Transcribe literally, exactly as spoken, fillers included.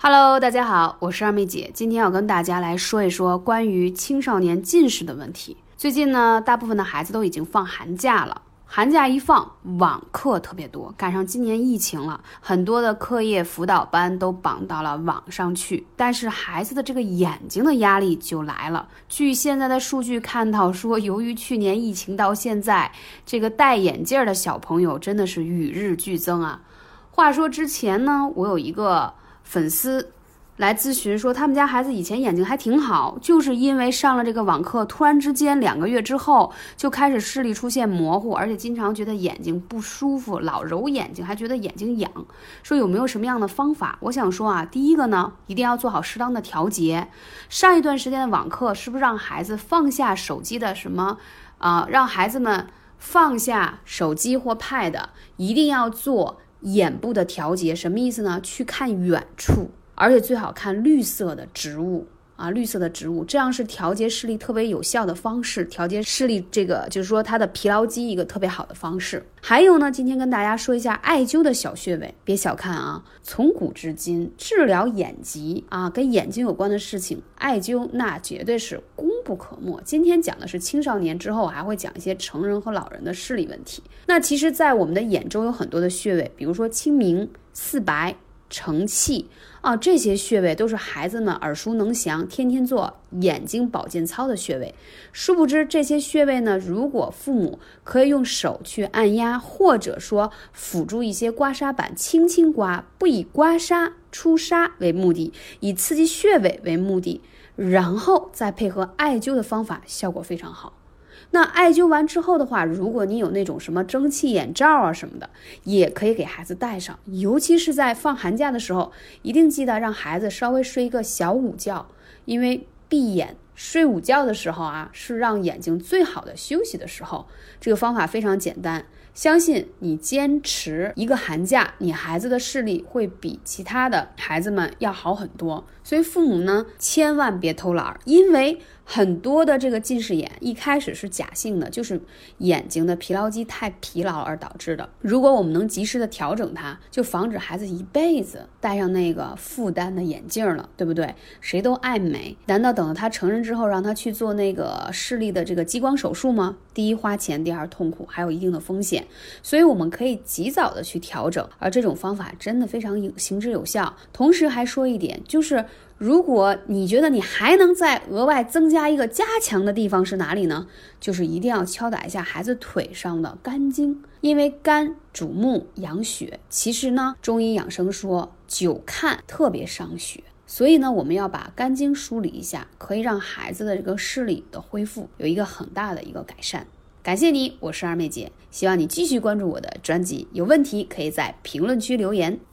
Hello， 大家好，我是二妹姐，今天要跟大家来说一说关于青少年近视的问题。最近呢，大部分的孩子都已经放寒假了，寒假一放，网课特别多，赶上今年疫情了，很多的课业辅导班都绑到了网上去，但是孩子的这个眼睛的压力就来了。据现在的数据看到说，由于去年疫情到现在，这个戴眼镜的小朋友真的是与日俱增啊。话说之前呢，我有一个粉丝来咨询说，他们家孩子以前眼睛还挺好，就是因为上了这个网课，突然之间两个月之后就开始视力出现模糊，而且经常觉得眼睛不舒服，老揉眼睛，还觉得眼睛痒，说有没有什么样的方法？我想说啊，第一个呢，一定要做好适当的调节。上一段时间的网课是不是让孩子放下手机的什么啊、呃？让孩子们放下手机或 pad， 一定要做眼部的调节。什么意思呢？去看远处，而且最好看绿色的植物啊，绿色的植物，这样是调节视力特别有效的方式，调节视力这个就是说它的疲劳肌一个特别好的方式。还有呢，今天跟大家说一下艾灸的小穴位，别小看啊，从古至今治疗眼疾啊，跟眼睛有关的事情，艾灸那绝对是功不可没。今天讲的是青少年，之后还会讲一些成人和老人的视力问题。那其实在我们的眼周有很多的穴位，比如说清明、四白、承泣啊，这些穴位都是孩子们耳熟能详，天天做眼睛保健操的穴位。殊不知这些穴位呢，如果父母可以用手去按压，或者说辅助一些刮痧板轻轻刮，不以刮痧出痧为目的，以刺激穴位为目的，然后再配合艾灸的方法，效果非常好。那艾灸完之后的话，如果你有那种什么蒸汽眼罩啊什么的，也可以给孩子戴上，尤其是在放寒假的时候，一定记得让孩子稍微睡一个小午觉，因为闭眼睡午觉的时候啊，是让眼睛最好的休息的时候。这个方法非常简单，相信你坚持一个寒假，你孩子的视力会比其他的孩子们要好很多。所以父母呢，千万别偷懒，因为很多的这个近视眼一开始是假性的，就是眼睛的疲劳肌太疲劳而导致的。如果我们能及时的调整它，就防止孩子一辈子戴上那个负担的眼镜了，对不对？谁都爱美，难道等到他成人之后让他去做那个视力的这个激光手术吗？第一花钱，第二痛苦，还有一定的风险。所以我们可以及早的去调整，而这种方法真的非常行之有效。同时还说一点，就是如果你觉得你还能再额外增加一个加强的地方是哪里呢？就是一定要敲打一下孩子腿上的肝经，因为肝主目养血，其实呢中医养生说久看特别伤血，所以呢我们要把肝经梳理一下，可以让孩子的这个视力的恢复有一个很大的一个改善。感谢你，我是二妹姐，希望你继续关注我的专辑，有问题可以在评论区留言。